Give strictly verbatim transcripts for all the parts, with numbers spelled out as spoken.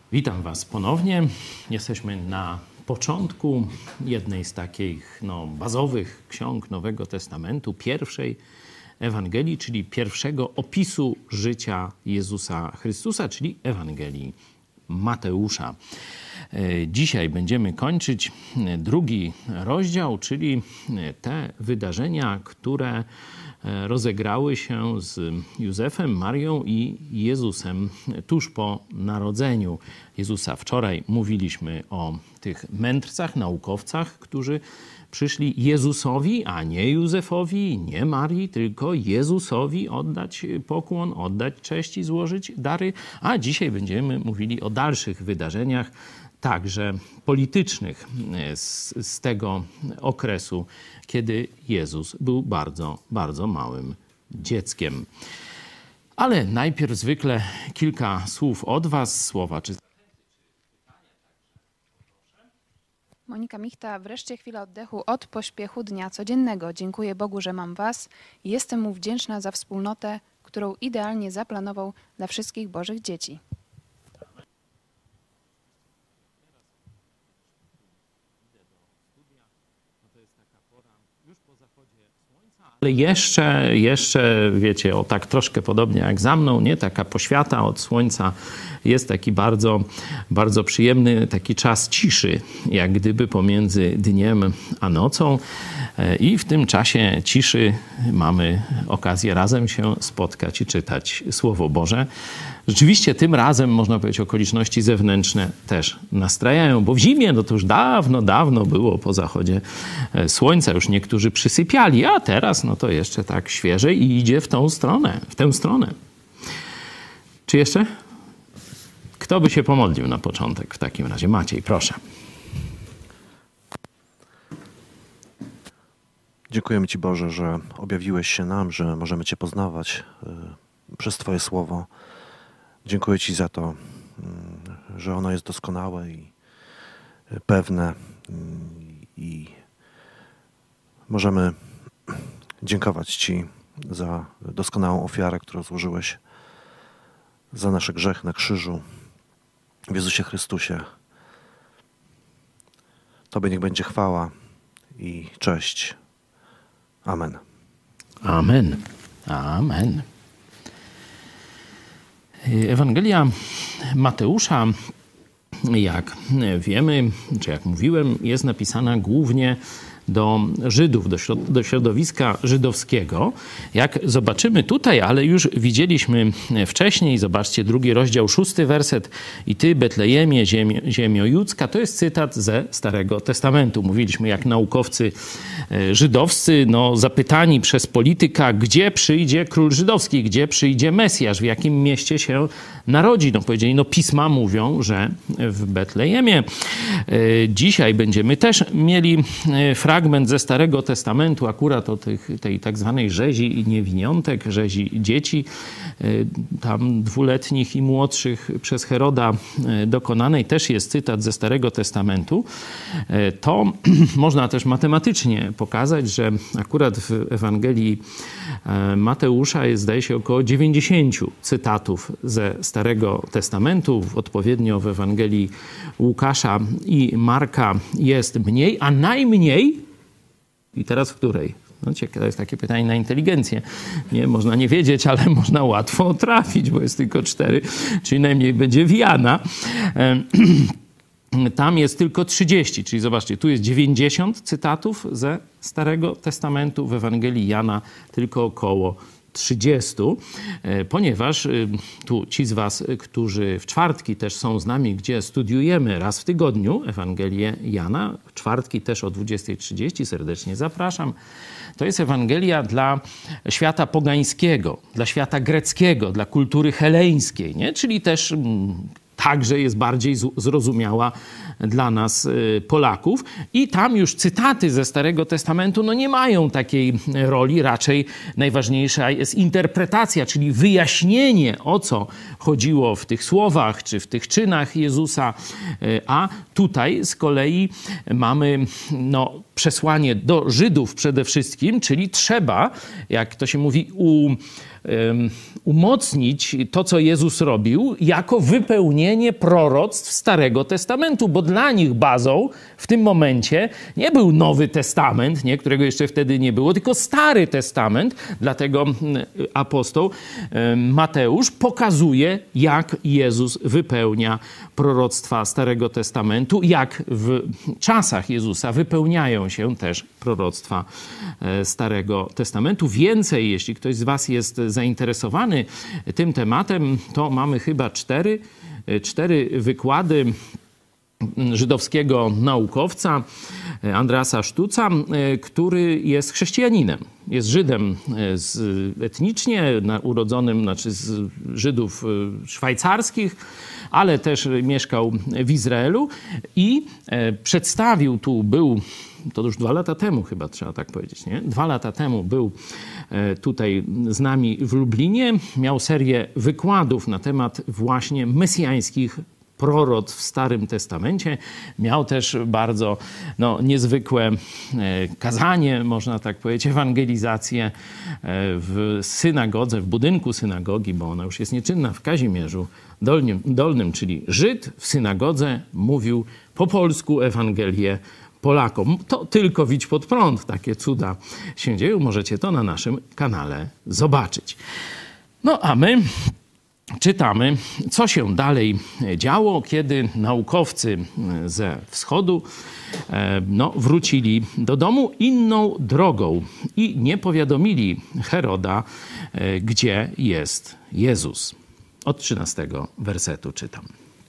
Witam Was ponownie. Jesteśmy na początku jednej z takich no, bazowych ksiąg Nowego Testamentu, pierwszej Ewangelii, czyli pierwszego opisu życia Jezusa Chrystusa, czyli Ewangelii Mateusza. Dzisiaj będziemy kończyć drugi rozdział, czyli te wydarzenia, które rozegrały się z Józefem, Marią i Jezusem tuż po narodzeniu Jezusa. Wczoraj mówiliśmy o tych mędrcach, naukowcach, którzy przyszli Jezusowi, a nie Józefowi, nie Marii, tylko Jezusowi oddać pokłon, oddać cześć i złożyć dary. A dzisiaj będziemy mówili o dalszych wydarzeniach, także politycznych z, z tego okresu, kiedy Jezus był bardzo, bardzo małym dzieckiem. Ale najpierw zwykle kilka słów od Was, słowa czy... Monika Michta, wreszcie chwila oddechu od pośpiechu dnia codziennego. Dziękuję Bogu, że mam Was i jestem Mu wdzięczna za wspólnotę, którą idealnie zaplanował dla wszystkich Bożych dzieci. Ale jeszcze, jeszcze, wiecie, o tak troszkę podobnie jak za mną, nie? Taka poświata od słońca. Jest taki bardzo, bardzo przyjemny taki czas ciszy, jak gdyby pomiędzy dniem a nocą. I w tym czasie ciszy mamy okazję razem się spotkać i czytać Słowo Boże. Rzeczywiście tym razem, można powiedzieć, okoliczności zewnętrzne też nastrajają, bo w zimie no to już dawno, dawno było po zachodzie słońca. Już niektórzy przysypiali, a teraz no to jeszcze tak świeże i idzie w tą stronę, w tę stronę. Czy jeszcze? Kto by się pomodlił na początek w takim razie? Maciej, proszę. Dziękujemy Ci, Boże, że objawiłeś się nam, że możemy Cię poznawać przez Twoje słowo. Dziękuję Ci za to, że ono jest doskonałe i pewne i możemy dziękować Ci za doskonałą ofiarę, którą złożyłeś za nasze grzechy na krzyżu w Jezusie Chrystusie. Tobie niech będzie chwała i cześć. Amen. Amen. Amen. Ewangelia Mateusza, jak wiemy, czy jak mówiłem, jest napisana głównie do Żydów, do, środ- do środowiska żydowskiego. Jak zobaczymy tutaj, ale już widzieliśmy wcześniej, zobaczcie drugi rozdział, szósty werset. I ty, Betlejemie, ziemio, ziemio judzka, to jest cytat ze Starego Testamentu. Mówiliśmy, jak naukowcy żydowscy, no, zapytani przez polityka, gdzie przyjdzie król żydowski, gdzie przyjdzie Mesjasz, w jakim mieście się narodzi. No powiedzieli, no pisma mówią, że w Betlejemie. Dzisiaj będziemy też mieli fragment Fragment ze Starego Testamentu, akurat o tych, tej tak zwanej rzezi niewiniątek, rzezi dzieci, tam dwuletnich i młodszych przez Heroda dokonanej, też jest cytat ze Starego Testamentu. To można też matematycznie pokazać, że akurat w Ewangelii Mateusza jest, zdaje się, około dziewięćdziesięciu cytatów ze Starego Testamentu. Odpowiednio w Ewangelii Łukasza i Marka jest mniej, a najmniej. I teraz w której? No ciekawe, to jest takie pytanie na inteligencję. Nie, można nie wiedzieć, ale można łatwo trafić, bo jest tylko cztery, czyli najmniej będzie w Jana. Tam jest tylko trzydzieści, czyli zobaczcie, tu jest dziewięćdziesiąt cytatów ze Starego Testamentu, w Ewangelii Jana tylko około trzydziestu, ponieważ tu ci z was, którzy w czwartki też są z nami, gdzie studiujemy raz w tygodniu Ewangelię Jana, czwartki też o dwudziestej trzydzieści, serdecznie zapraszam. To jest Ewangelia dla świata pogańskiego, dla świata greckiego, dla kultury heleńskiej, nie? Czyli też także jest bardziej zrozumiała dla nas Polaków. I tam już cytaty ze Starego Testamentu no nie mają takiej roli. Raczej najważniejsza jest interpretacja, czyli wyjaśnienie, o co chodziło w tych słowach czy w tych czynach Jezusa. A tutaj z kolei mamy no, przesłanie do Żydów przede wszystkim, czyli trzeba, jak to się mówi, u, um, umocnić to, co Jezus robił, jako wypełnienie proroctw Starego Testamentu, bo dla nich bazą w tym momencie nie był Nowy Testament, nie, którego jeszcze wtedy nie było, tylko Stary Testament. Dlatego apostoł Mateusz pokazuje, jak Jezus wypełnia proroctwa Starego Testamentu, jak w czasach Jezusa wypełniają się też proroctwa Starego Testamentu. Więcej, jeśli ktoś z was jest zainteresowany tym tematem, to mamy chyba cztery, cztery wykłady żydowskiego naukowca Andreasa Sztuca, który jest chrześcijaninem. Jest Żydem z, etnicznie, urodzonym znaczy z Żydów szwajcarskich, ale też mieszkał w Izraelu i przedstawił tu, był, to już dwa lata temu chyba trzeba tak powiedzieć, nie? Dwa lata temu był tutaj z nami w Lublinie, miał serię wykładów na temat właśnie mesjańskich proroctw w Starym Testamencie. Miał też bardzo no, niezwykłe kazanie, można tak powiedzieć, ewangelizację w synagodze, w budynku synagogi, bo ona już jest nieczynna w Kazimierzu Dolnym, Dolnym, czyli Żyd w synagodze mówił po polsku Ewangelię Polakom. To tylko Widź pod prąd, takie cuda się dzieją. Możecie to na naszym kanale zobaczyć. No a my czytamy, co się dalej działo, kiedy naukowcy ze wschodu no, wrócili do domu inną drogą i nie powiadomili Heroda, gdzie jest Jezus. Od trzynastego wersetu czytam.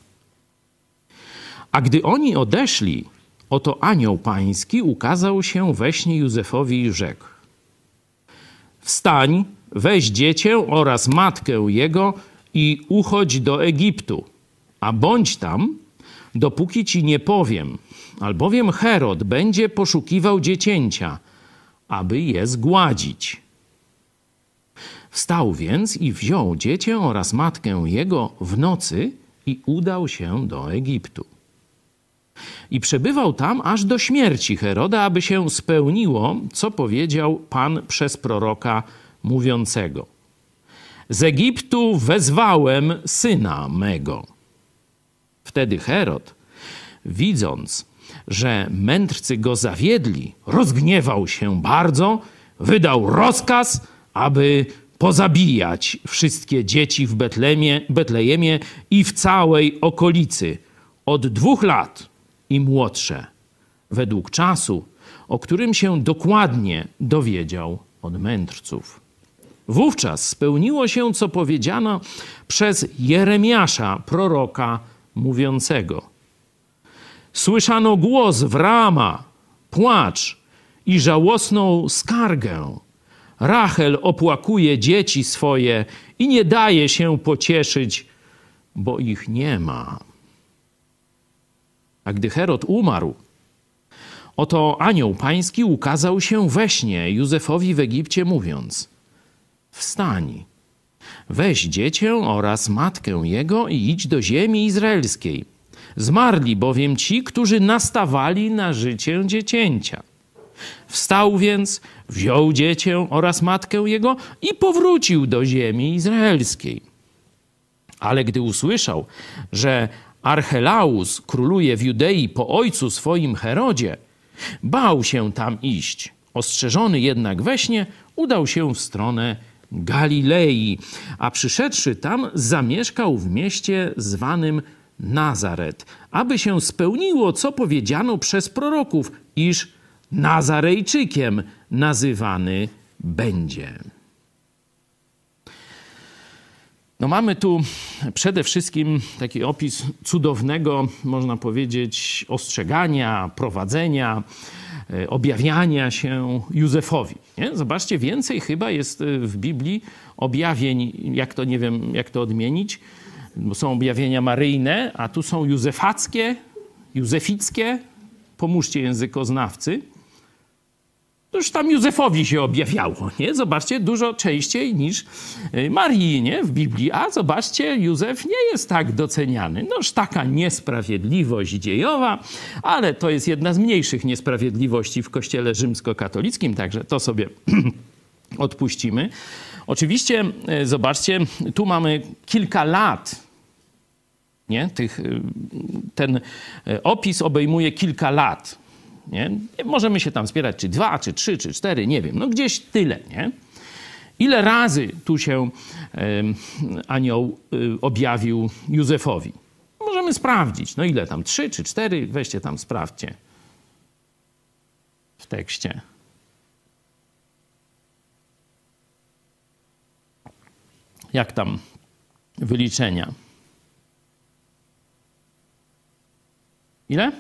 A gdy oni odeszli, oto anioł pański ukazał się we śnie Józefowi i rzekł: wstań, weź dziecię oraz matkę jego i uchodź do Egiptu, a bądź tam, dopóki ci nie powiem, albowiem Herod będzie poszukiwał dziecięcia, aby je zgładzić. Wstał więc i wziął dziecię oraz matkę jego w nocy i udał się do Egiptu. I przebywał tam aż do śmierci Heroda, aby się spełniło, co powiedział Pan przez proroka mówiącego: z Egiptu wezwałem syna mego. Wtedy Herod, widząc, że mędrcy go zawiedli, rozgniewał się bardzo, wydał rozkaz, aby pozabijać wszystkie dzieci w Betlejemie, Betlejemie i w całej okolicy, od dwóch lat i młodsze, według czasu, o którym się dokładnie dowiedział od mędrców. Wówczas spełniło się, co powiedziano przez Jeremiasza, proroka mówiącego: słyszano głos w Rama, płacz i żałosną skargę. Rachel opłakuje dzieci swoje i nie daje się pocieszyć, bo ich nie ma. A gdy Herod umarł, oto anioł pański ukazał się we śnie Józefowi w Egipcie, mówiąc: wstań, weź dziecię oraz matkę jego i idź do ziemi izraelskiej. Zmarli bowiem ci, którzy nastawali na życie dziecięcia. Wstał więc, wziął dziecię oraz matkę jego i powrócił do ziemi izraelskiej. Ale gdy usłyszał, że Archelaus króluje w Judei po ojcu swoim Herodzie, bał się tam iść. Ostrzeżony jednak we śnie, udał się w stronę Galilei, a przyszedłszy tam, zamieszkał w mieście zwanym Nazaret, aby się spełniło, co powiedziano przez proroków, iż Nazarejczykiem nazywany będzie. No mamy tu przede wszystkim taki opis cudownego, można powiedzieć, ostrzegania, prowadzenia, objawiania się Józefowi. Nie? Zobaczcie, więcej chyba jest w Biblii objawień, jak to, nie wiem, jak to odmienić, bo są objawienia maryjne, a tu są józefackie, józefickie. Pomóżcie językoznawcy. To już tam Józefowi się objawiało, nie? Zobaczcie, dużo częściej niż Marii, nie? W Biblii. A zobaczcie, Józef nie jest tak doceniany. Noż taka niesprawiedliwość dziejowa, ale to jest jedna z mniejszych niesprawiedliwości w Kościele rzymskokatolickim, także to sobie odpuścimy. Oczywiście, zobaczcie, tu mamy kilka lat, nie? Tych, ten opis obejmuje kilka lat. Nie? Możemy się tam spierać, czy dwa, czy trzy, czy cztery, nie wiem. No gdzieś tyle, nie? Ile razy tu się y, anioł y, objawił Józefowi? Możemy sprawdzić. No ile tam? Trzy czy cztery? Weźcie tam, sprawdźcie. W tekście. Jak tam wyliczenia? Ile?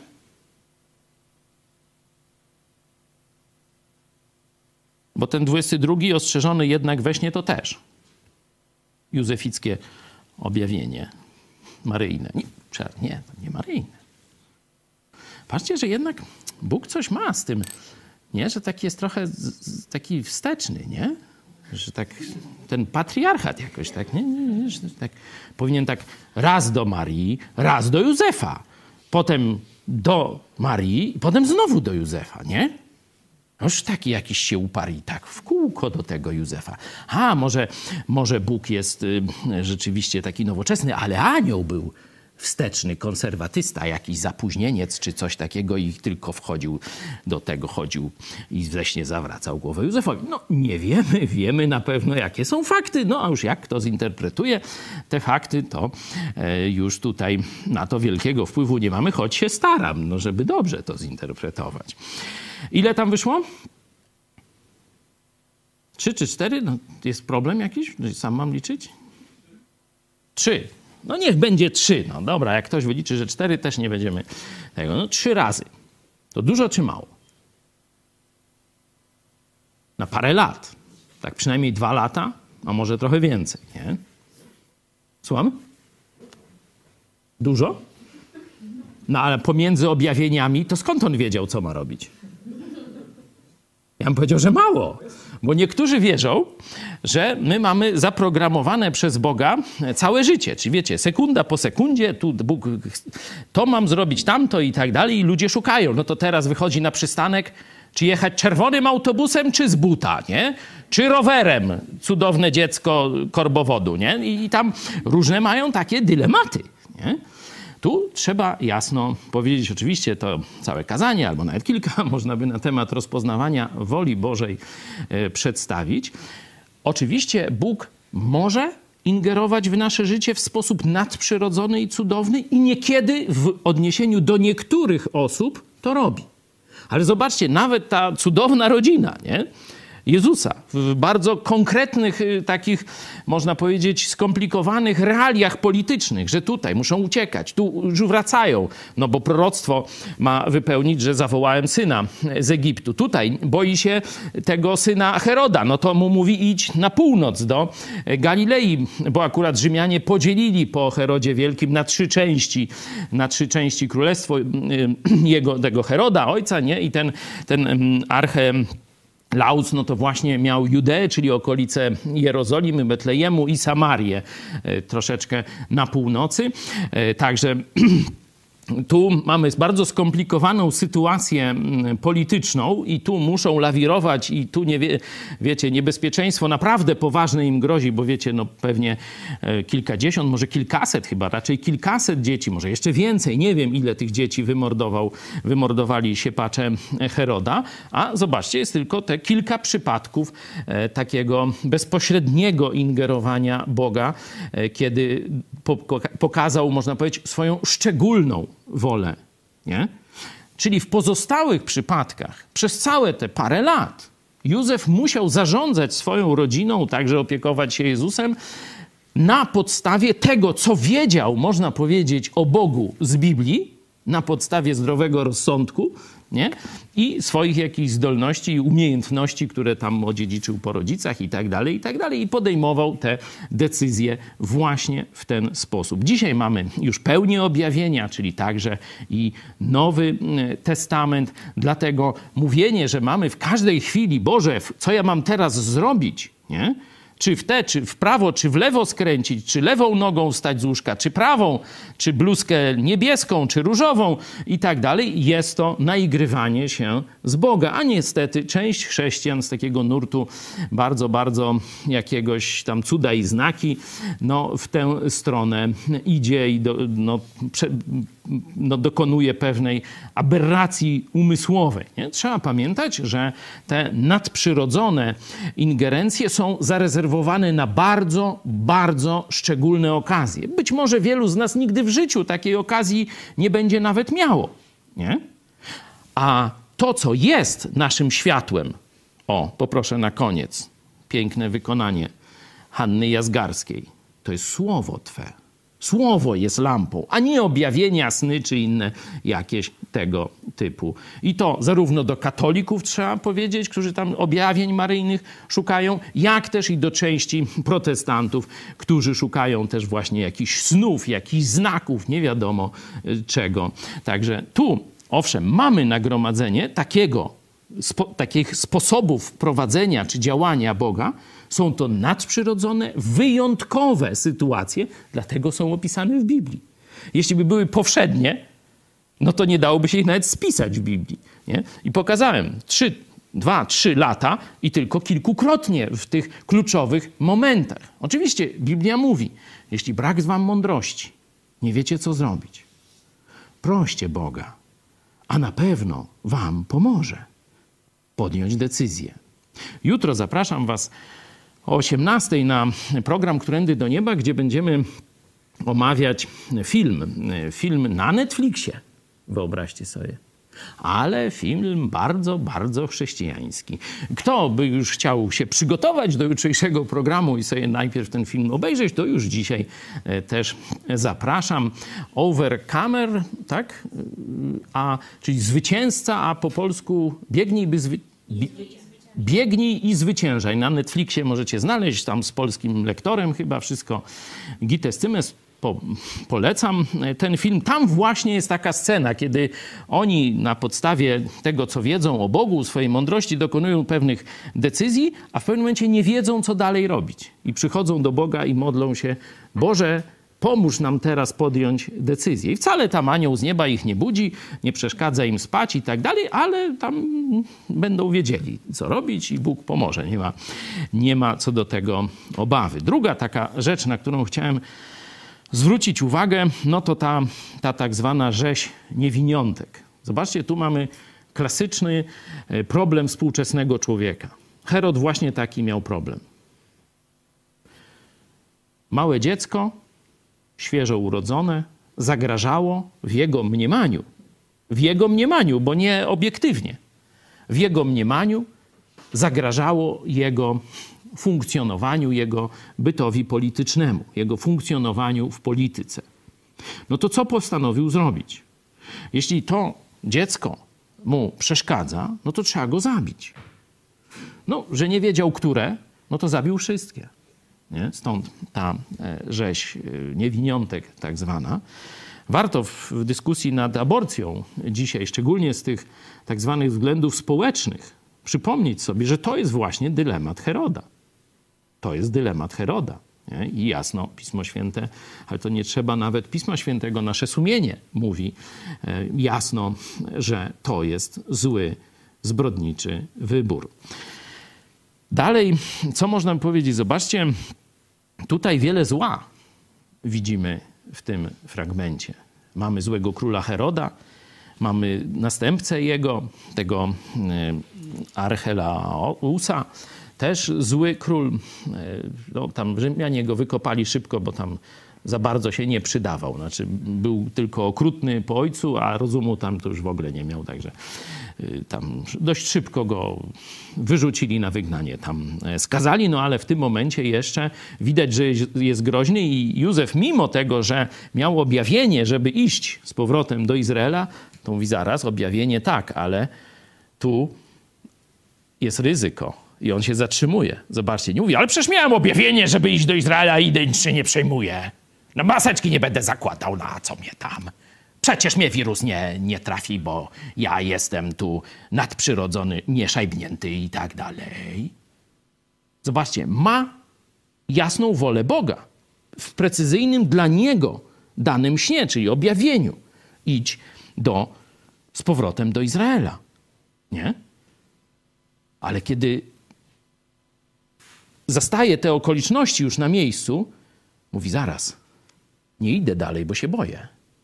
Bo ten dwudziesty drugi ostrzeżony jednak we śnie to też. Józefickie objawienie maryjne. Nie, nie, to nie maryjne. Patrzcie, że jednak Bóg coś ma z tym, nie? Że taki jest trochę z, taki wsteczny, nie? Że tak ten patriarchat jakoś tak, nie? nie, nie że tak powinien tak raz do Marii, raz do Józefa. Potem do Marii i potem znowu do Józefa, nie? Już taki jakiś się uparł i tak w kółko do tego Józefa. A, może, może Bóg jest y, rzeczywiście taki nowoczesny, ale anioł był wsteczny, konserwatysta, jakiś zapóźnieniec czy coś takiego i tylko wchodził do tego, chodził i wreszcie zawracał głowę Józefowi. No nie wiemy, wiemy na pewno jakie są fakty, no a już jak kto zinterpretuje te fakty, to e, już tutaj na to wielkiego wpływu nie mamy, choć się staram, no żeby dobrze to zinterpretować. Ile tam wyszło? Trzy czy cztery? No, jest problem jakiś? Sam mam liczyć? Trzy. No niech będzie trzy. No dobra, jak ktoś wyliczy, że cztery, też nie będziemy tego. No trzy razy. To dużo czy mało? Na parę lat. Tak przynajmniej dwa lata, a może trochę więcej, nie? Słucham? Dużo? No ale pomiędzy objawieniami, to skąd on wiedział, co ma robić? Ja bym powiedział, że mało. Bo niektórzy wierzą, że my mamy zaprogramowane przez Boga całe życie. Czyli wiecie, sekunda po sekundzie, tu Bóg, to mam zrobić, tamto i tak dalej. I ludzie szukają. No to teraz wychodzi na przystanek, czy jechać czerwonym autobusem, czy z buta, nie? Czy rowerem, cudowne dziecko korbowodu, nie? I, i tam różne mają takie dylematy, nie? Tu trzeba jasno powiedzieć, oczywiście to całe kazanie, albo nawet kilka, można by na temat rozpoznawania woli Bożej e, przedstawić. Oczywiście Bóg może ingerować w nasze życie w sposób nadprzyrodzony i cudowny i niekiedy w odniesieniu do niektórych osób to robi. Ale zobaczcie, nawet ta cudowna rodzina, nie? Jezusa w bardzo konkretnych, takich, można powiedzieć, skomplikowanych realiach politycznych, że tutaj muszą uciekać, tu już wracają, no bo proroctwo ma wypełnić, że zawołałem syna z Egiptu. Tutaj boi się tego syna Heroda, no to mu mówi idź na północ do Galilei, bo akurat Rzymianie podzielili po Herodzie Wielkim na trzy części, na trzy części królestwo jego, tego Heroda, ojca, nie? I ten, ten arche Laus, no to właśnie miał Judeę, czyli okolice Jerozolimy, Betlejemu i Samarię, troszeczkę na północy. Także tu mamy bardzo skomplikowaną sytuację polityczną i tu muszą lawirować i tu, nie wie, wiecie, niebezpieczeństwo naprawdę poważne im grozi, bo wiecie, no pewnie kilkadziesiąt, może kilkaset chyba, raczej kilkaset dzieci, może jeszcze więcej, nie wiem ile tych dzieci wymordował, wymordowali siepacze Heroda, a zobaczcie, jest tylko te kilka przypadków e, takiego bezpośredniego ingerowania Boga, e, kiedy po, pokazał, można powiedzieć, swoją szczególną wolę, nie? Czyli w pozostałych przypadkach przez całe te parę lat Józef musiał zarządzać swoją rodziną, także opiekować się Jezusem na podstawie tego, co wiedział, można powiedzieć, o Bogu z Biblii, na podstawie zdrowego rozsądku, nie? I swoich jakichś zdolności i umiejętności, które tam odziedziczył po rodzicach i tak dalej, i tak dalej. I podejmował te decyzje właśnie w ten sposób. Dzisiaj mamy już pełnię objawienia, czyli także i Nowy Testament. Dlatego mówienie, że mamy w każdej chwili, Boże, co ja mam teraz zrobić, nie? Czy w te, czy w prawo, czy w lewo skręcić, czy lewą nogą wstać z łóżka, czy prawą, czy bluzkę niebieską, czy różową i tak dalej. Jest to naigrywanie się z Boga. A niestety część chrześcijan z takiego nurtu bardzo, bardzo jakiegoś tam cuda i znaki, no w tę stronę idzie i do, no, prze, no, dokonuje pewnej aberracji umysłowej. Nie? Trzeba pamiętać, że te nadprzyrodzone ingerencje są zarezerwowane na bardzo, bardzo szczególne okazje. Być może wielu z nas nigdy w życiu takiej okazji nie będzie nawet miało. Nie? A to, co jest naszym światłem, o, poproszę na koniec, piękne wykonanie Hanny Jazgarskiej, to jest słowo Twe. Słowo jest lampą, a nie objawienia, sny czy inne jakieś tego typu. I to zarówno do katolików trzeba powiedzieć, którzy tam objawień maryjnych szukają, jak też i do części protestantów, którzy szukają też właśnie jakichś snów, jakichś znaków, nie wiadomo czego. Także tu, owszem, mamy nagromadzenie takiego, spo, takich sposobów prowadzenia czy działania Boga. Są to nadprzyrodzone, wyjątkowe sytuacje, dlatego są opisane w Biblii. Jeśli by były powszednie, no to nie dałoby się ich nawet spisać w Biblii. Nie? I pokazałem trzy, dwa, trzy lata i tylko kilkukrotnie w tych kluczowych momentach. Oczywiście Biblia mówi, jeśli brak wam mądrości, nie wiecie co zrobić, proście Boga, a na pewno wam pomoże podjąć decyzję. Jutro zapraszam was o osiemnastej na program Którędy do Nieba, gdzie będziemy omawiać film. Film na Netflixie, wyobraźcie sobie. Ale film bardzo, bardzo chrześcijański. Kto by już chciał się przygotować do jutrzejszego programu i sobie najpierw ten film obejrzeć, to już dzisiaj też zapraszam. Overcomer, tak? A, czyli zwycięzca, a po polsku biegnij, by zwy... Biegnij i zwyciężaj. Na Netflixie możecie znaleźć, tam z polskim lektorem chyba wszystko. Gites Cymes, po, polecam ten film. Tam właśnie jest taka scena, kiedy oni na podstawie tego, co wiedzą o Bogu, swojej mądrości, dokonują pewnych decyzji, a w pewnym momencie nie wiedzą, co dalej robić. I przychodzą do Boga i modlą się, Boże, pomóż nam teraz podjąć decyzję. I wcale tam anioł z nieba ich nie budzi, nie przeszkadza im spać i tak dalej, ale tam będą wiedzieli, co robić i Bóg pomoże. Nie ma, nie ma co do tego obawy. Druga taka rzecz, na którą chciałem zwrócić uwagę, no to ta, ta tak zwana rzeź niewiniątek. Zobaczcie, tu mamy klasyczny problem współczesnego człowieka. Herod właśnie taki miał problem. Małe dziecko, świeżo urodzone, zagrażało w jego mniemaniu, w jego mniemaniu, bo nie obiektywnie, w jego mniemaniu zagrażało jego funkcjonowaniu, jego bytowi politycznemu, jego funkcjonowaniu w polityce. No to co postanowił zrobić? Jeśli to dziecko mu przeszkadza, no to trzeba go zabić. No, że nie wiedział, które, no to zabił wszystkie. Nie? Stąd ta rzeź niewiniątek tak zwana. Warto w dyskusji nad aborcją dzisiaj, szczególnie z tych tak zwanych względów społecznych, przypomnieć sobie, że to jest właśnie dylemat Heroda. To jest dylemat Heroda. Nie? I jasno, Pismo Święte, ale to nie trzeba nawet Pisma Świętego, nasze sumienie mówi jasno, że to jest zły, zbrodniczy wybór. Dalej, co można by powiedzieć? Zobaczcie, tutaj wiele zła widzimy w tym fragmencie. Mamy złego króla Heroda, mamy następcę jego, tego Archelausa, też zły król. No, tam Rzymianie go wykopali szybko, bo tam za bardzo się nie przydawał. Znaczy, był tylko okrutny po ojcu, a rozumu tam to już w ogóle nie miał, także tam dość szybko go wyrzucili na wygnanie, tam skazali, no ale w tym momencie jeszcze widać, że jest groźny i Józef, mimo tego, że miał objawienie, żeby iść z powrotem do Izraela, to mówi zaraz, objawienie tak, ale tu jest ryzyko i on się zatrzymuje. Zobaczcie, nie mówi, ale przecież miałem objawienie, żeby iść do Izraela i idę, nic się nie przejmuję. No maseczki nie będę zakładał, na co mnie tam. Przecież mnie wirus nie, nie trafi, bo ja jestem tu nadprzyrodzony, nieszajbnięty i tak dalej. Zobaczcie, ma jasną wolę Boga w precyzyjnym dla niego danym śnie, czyli objawieniu. Idź do, z powrotem do Izraela. Nie? Ale kiedy zastaje te okoliczności już na miejscu, mówi zaraz, nie idę dalej, bo się boję.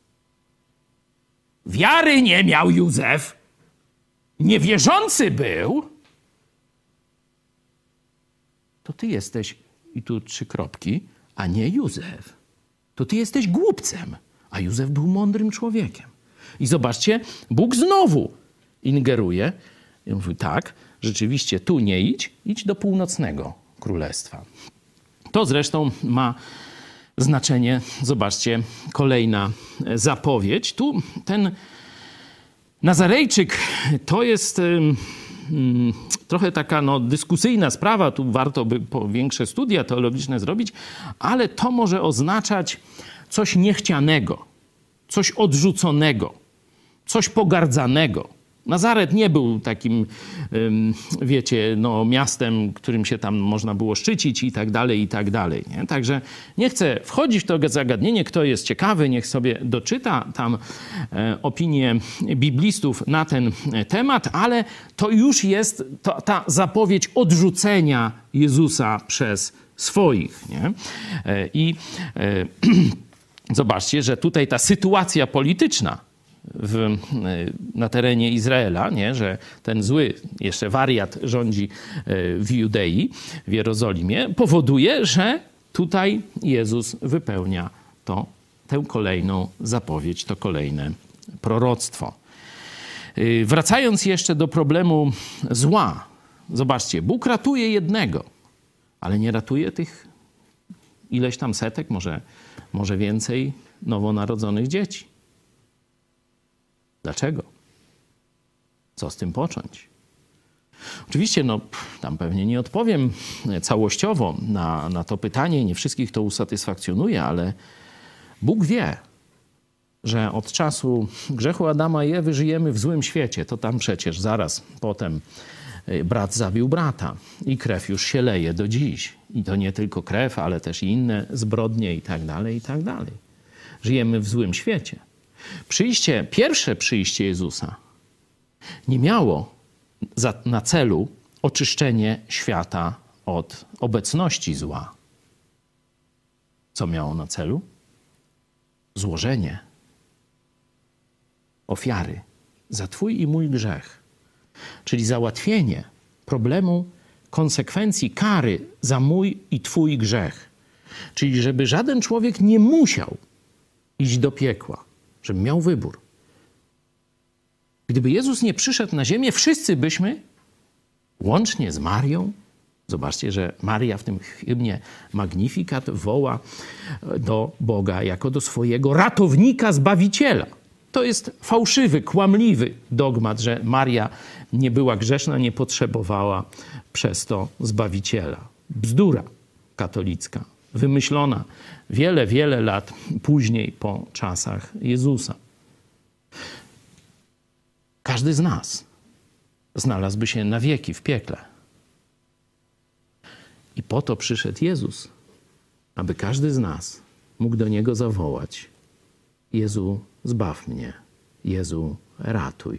Wiary nie miał Józef, niewierzący był, to ty jesteś, i tu trzy kropki, a nie Józef. To ty jesteś głupcem, a Józef był mądrym człowiekiem. I zobaczcie, Bóg znowu ingeruje i mówi tak, rzeczywiście tu nie idź, idź do północnego królestwa. To zresztą ma znaczenie, zobaczcie, kolejna zapowiedź. Tu ten Nazarejczyk to jest um, um, trochę taka no, dyskusyjna sprawa, tu warto by po większe studia teologiczne zrobić, ale to może oznaczać coś niechcianego, coś odrzuconego, coś pogardzanego. Nazaret nie był takim, wiecie, no, miastem, którym się tam można było szczycić i tak dalej, i tak dalej. Nie? Także nie chcę wchodzić w to zagadnienie. Kto jest ciekawy, niech sobie doczyta tam e, opinie biblistów na ten temat, ale to już jest to, ta zapowiedź odrzucenia Jezusa przez swoich. Nie? E, I e, zobaczcie, że tutaj ta sytuacja polityczna W, na terenie Izraela, nie? Że ten zły jeszcze wariat rządzi w Judei, w Jerozolimie, powoduje, że tutaj Jezus wypełnia to, tę kolejną zapowiedź, to kolejne proroctwo. Wracając jeszcze do problemu zła, zobaczcie, Bóg ratuje jednego, ale nie ratuje tych ileś tam setek, może, może więcej nowonarodzonych dzieci. Dlaczego? Co z tym począć? Oczywiście, no, tam pewnie nie odpowiem całościowo na, na to pytanie, nie wszystkich to usatysfakcjonuje, ale Bóg wie, że od czasu grzechu Adama i Ewy żyjemy w złym świecie. To tam przecież zaraz potem brat zabił brata i krew już się leje do dziś. I to nie tylko krew, ale też i inne zbrodnie i tak dalej, i tak dalej. Żyjemy w złym świecie. Przyjście, pierwsze przyjście Jezusa nie miało za, na celu oczyszczenie świata od obecności zła. Co miało na celu? Złożenie ofiary za twój i mój grzech. Czyli załatwienie problemu konsekwencji kary za mój i twój grzech. Czyli żeby żaden człowiek nie musiał iść do piekła. Żeby miał wybór. Gdyby Jezus nie przyszedł na ziemię, wszyscy byśmy, łącznie z Marią, zobaczcie, że Maria w tym hymnie Magnificat woła do Boga jako do swojego ratownika, zbawiciela. To jest fałszywy, kłamliwy dogmat, że Maria nie była grzeszna, nie potrzebowała przez to zbawiciela. Bzdura katolicka. Wymyślona wiele, wiele lat później po czasach Jezusa. Każdy z nas znalazłby się na wieki w piekle. I po to przyszedł Jezus, aby każdy z nas mógł do Niego zawołać: Jezu, zbaw mnie, Jezu, ratuj.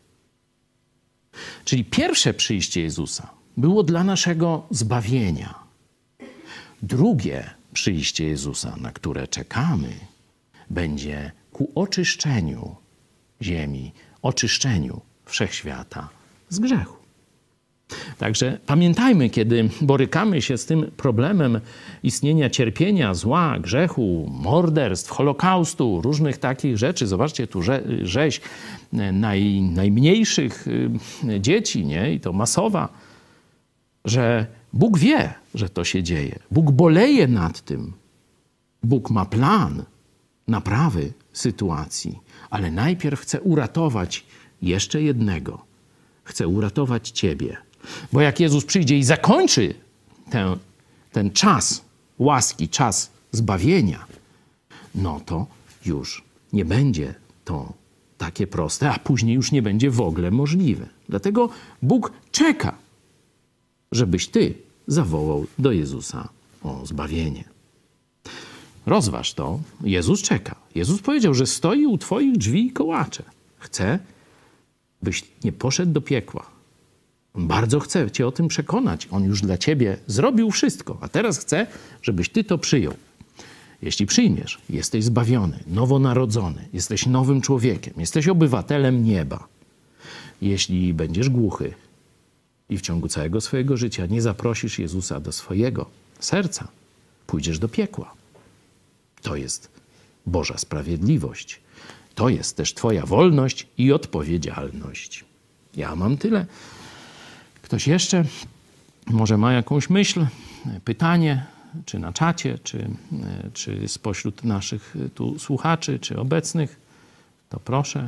Czyli pierwsze przyjście Jezusa było dla naszego zbawienia. Drugie przyjście Jezusa, na które czekamy, będzie ku oczyszczeniu ziemi, oczyszczeniu wszechświata z grzechu. Także pamiętajmy, kiedy borykamy się z tym problemem istnienia cierpienia, zła, grzechu, morderstw, holokaustu, różnych takich rzeczy. Zobaczcie tu rze, rzeź naj, najmniejszych dzieci, nie? I to masowa, że Bóg wie, że to się dzieje. Bóg boleje nad tym. Bóg ma plan naprawy sytuacji, ale najpierw chce uratować jeszcze jednego. Chce uratować ciebie. Bo jak Jezus przyjdzie i zakończy ten, ten czas łaski, czas zbawienia, no to już nie będzie to takie proste, a później już nie będzie w ogóle możliwe. Dlatego Bóg czeka, żebyś ty zawołał do Jezusa o zbawienie. Rozważ to. Jezus czeka. Jezus powiedział, że stoi u twoich drzwi i kołacze. Chce, byś nie poszedł do piekła. On bardzo chce cię o tym przekonać. On już dla ciebie zrobił wszystko, a teraz chce, żebyś ty to przyjął. Jeśli przyjmiesz, jesteś zbawiony, nowonarodzony, jesteś nowym człowiekiem, jesteś obywatelem nieba. Jeśli będziesz głuchy i w ciągu całego swojego życia nie zaprosisz Jezusa do swojego serca, pójdziesz do piekła. To jest Boża sprawiedliwość. To jest też twoja wolność i odpowiedzialność. Ja mam tyle. Ktoś jeszcze może ma jakąś myśl, pytanie, czy na czacie, czy, czy spośród naszych tu słuchaczy, czy obecnych, to proszę.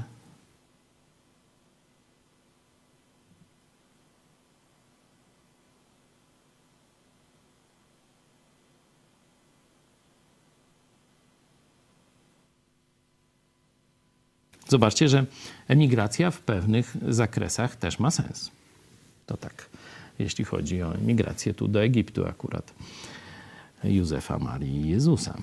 Zobaczcie, że emigracja w pewnych zakresach też ma sens. To tak, jeśli chodzi o emigrację tu do Egiptu akurat. Józefa, Marii i Jezusa.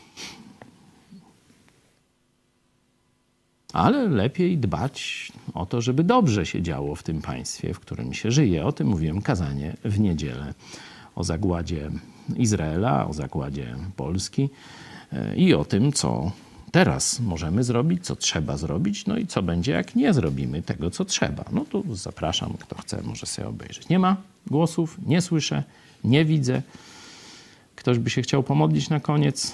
Ale lepiej dbać o to, żeby dobrze się działo w tym państwie, w którym się żyje. O tym mówiłem kazanie w niedzielę. O zagładzie Izraela, o zagładzie Polski i o tym, co teraz możemy zrobić, co trzeba zrobić, no i co będzie, jak nie zrobimy tego, co trzeba. No tu zapraszam, kto chce, może sobie obejrzeć. Nie ma głosów, nie słyszę, nie widzę. Ktoś by się chciał pomodlić na koniec?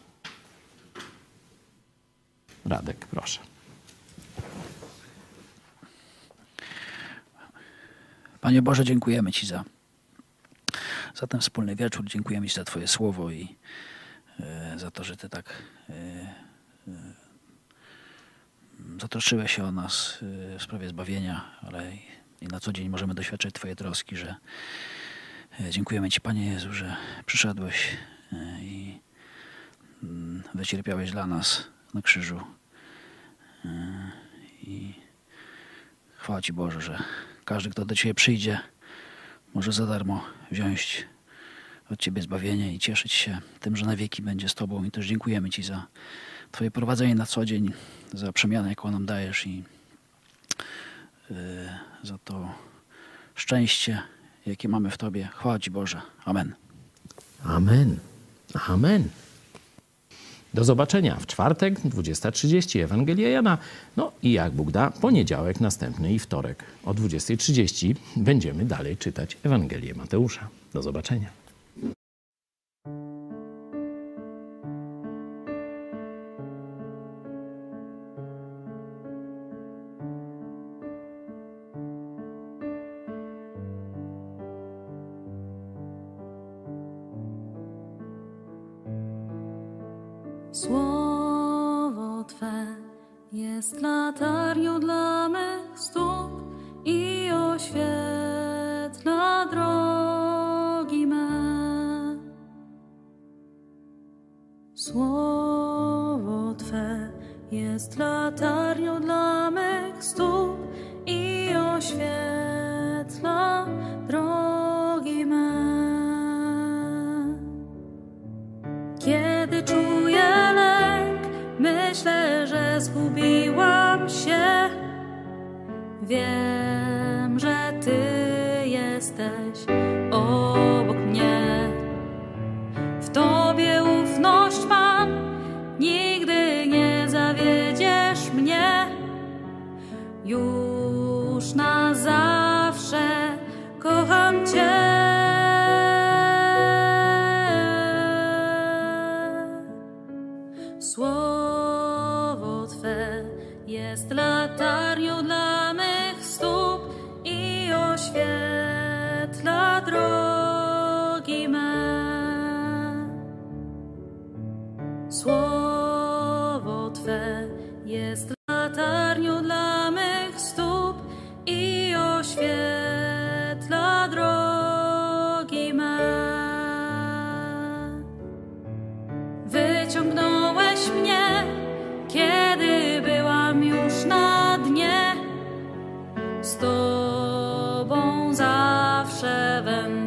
Radek, proszę. Panie Boże, dziękujemy Ci za, za ten wspólny wieczór. Dziękujemy Ci za Twoje słowo i e, za to, że Ty tak e, e, zatroszczyłeś się o nas e, w sprawie zbawienia, ale i, i na co dzień możemy doświadczać Twojej troski, że e, dziękujemy Ci, Panie Jezu, że przyszedłeś e, i mm, wycierpiałeś dla nas na krzyżu. E, I chwała Ci, Boże, że każdy, kto do Ciebie przyjdzie, może za darmo wziąć od Ciebie zbawienie i cieszyć się tym, że na wieki będzie z Tobą. I też dziękujemy Ci za Twoje prowadzenie na co dzień, za przemianę, jaką nam dajesz i yy, za to szczęście, jakie mamy w Tobie. Chwała Ci, Boże. Amen. Amen. Amen. Do zobaczenia w czwartek, dwudziesta trzydzieści, Ewangelia Jana. No i jak Bóg da, poniedziałek następny i wtorek o dwudziestej trzydzieści będziemy dalej czytać Ewangelię Mateusza. Do zobaczenia. Słowo Twe jest latarnią dla mych stóp i oświetla drogi me. Słowo Twe jest latarnią dla mych stóp i oświetla drogi me. Kiedy czuję lęk, myślę, że zgubiłam się. Wiem, że Ty jesteś obok mnie. W Tobie ufność mam, nigdy nie zawiedziesz mnie. Już na zawsze kocham Cię. Słowo Twe jest latarnią dla mych stóp i oświetla drogi me. Słowo Twe jest latarnią dla mych stóp i oświetla drogi me. Wyciągnąłeś mnie, kiedy byłam już na dnie. Z Tobą zawsze będę.